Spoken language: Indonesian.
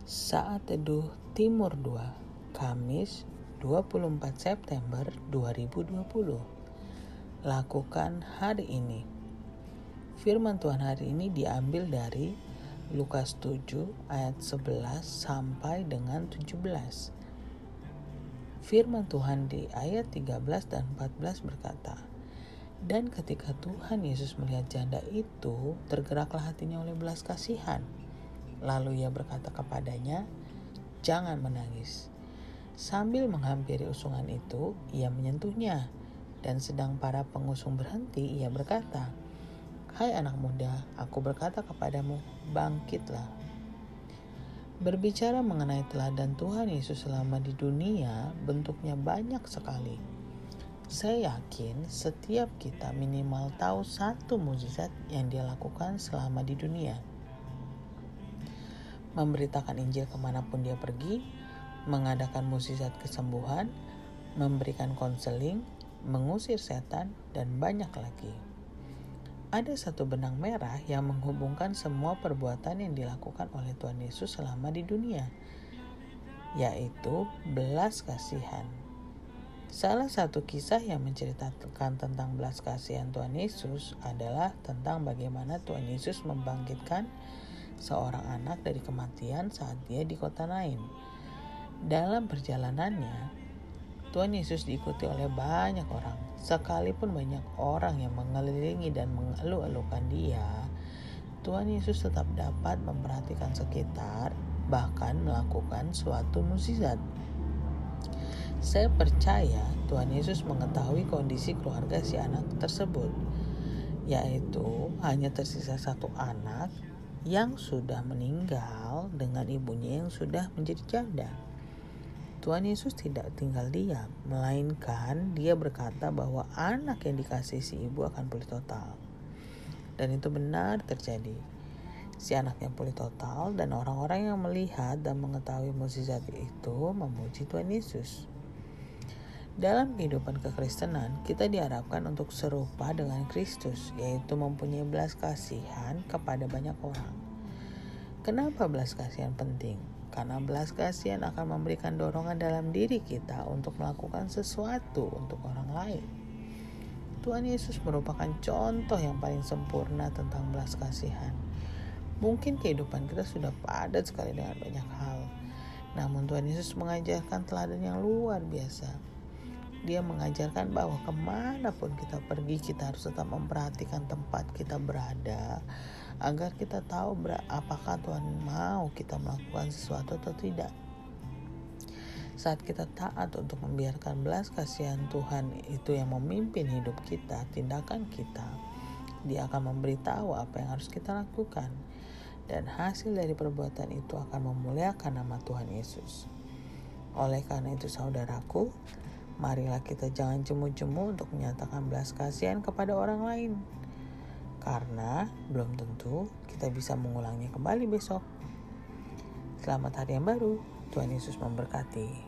Saat Teduh Timur 2, Kamis 24 September 2020. Lakukan hari ini. Firman Tuhan hari ini diambil dari Lukas 7 ayat 11 sampai dengan 17. Firman Tuhan di ayat 13 dan 14 berkata, "Dan ketika Tuhan Yesus melihat janda itu, tergeraklah hatinya oleh belas kasihan. Lalu ia berkata kepadanya, 'Jangan menangis.' Sambil menghampiri usungan itu, ia menyentuhnya. Dan sedang para pengusung berhenti, ia berkata, 'Hai anak muda, aku berkata kepadamu, bangkitlah.'" Berbicara mengenai teladan Tuhan Yesus selama di dunia, bentuknya banyak sekali. Saya yakin setiap kita minimal tahu satu mukjizat yang dia lakukan selama di dunia. Memberitakan Injil kemanapun dia pergi, mengadakan mukjizat kesembuhan, memberikan konseling, mengusir setan, dan banyak lagi. Ada satu benang merah yang menghubungkan semua perbuatan yang dilakukan oleh Tuhan Yesus selama di dunia, yaitu belas kasihan. Salah satu kisah yang menceritakan tentang belas kasihan Tuhan Yesus adalah tentang bagaimana Tuhan Yesus membangkitkan seorang anak dari kematian saat dia di kota Nain. Dalam perjalanannya, Tuhan Yesus diikuti oleh banyak orang. Sekalipun banyak orang yang mengelilingi dan mengeluh-elukan dia, Tuhan Yesus tetap dapat memperhatikan sekitar, bahkan melakukan suatu mukjizat. Saya percaya Tuhan Yesus mengetahui kondisi keluarga si anak tersebut, yaitu hanya tersisa satu anak yang sudah meninggal dengan ibunya yang sudah menjadi janda. Tuhan Yesus tidak tinggal diam, melainkan dia berkata bahwa anak yang dikasihi si ibu akan pulih total. Dan itu benar terjadi. Si anaknya pulih total dan orang-orang yang melihat dan mengetahui mukjizat itu memuji Tuhan Yesus. Dalam kehidupan kekristenan, kita diharapkan untuk serupa dengan Kristus, yaitu mempunyai belas kasihan kepada banyak orang. Kenapa belas kasihan penting? Karena belas kasihan akan memberikan dorongan dalam diri kita untuk melakukan sesuatu untuk orang lain. Tuhan Yesus merupakan contoh yang paling sempurna tentang belas kasihan. Mungkin kehidupan kita sudah padat sekali dengan banyak hal, namun Tuhan Yesus mengajarkan teladan yang luar biasa. Dia mengajarkan bahwa kemanapun kita pergi, kita harus tetap memperhatikan tempat kita berada, agar kita tahu apakah Tuhan mau kita melakukan sesuatu atau tidak. Saat kita taat untuk membiarkan belas kasihan Tuhan itu yang memimpin hidup kita, tindakan kita, Dia akan memberitahu apa yang harus kita lakukan. Dan hasil dari perbuatan itu akan memuliakan nama Tuhan Yesus. Oleh karena itu saudaraku, marilah kita jangan jemu-jemu untuk menyatakan belas kasihan kepada orang lain. Karena belum tentu kita bisa mengulangnya kembali besok. Selamat hari yang baru. Tuhan Yesus memberkati.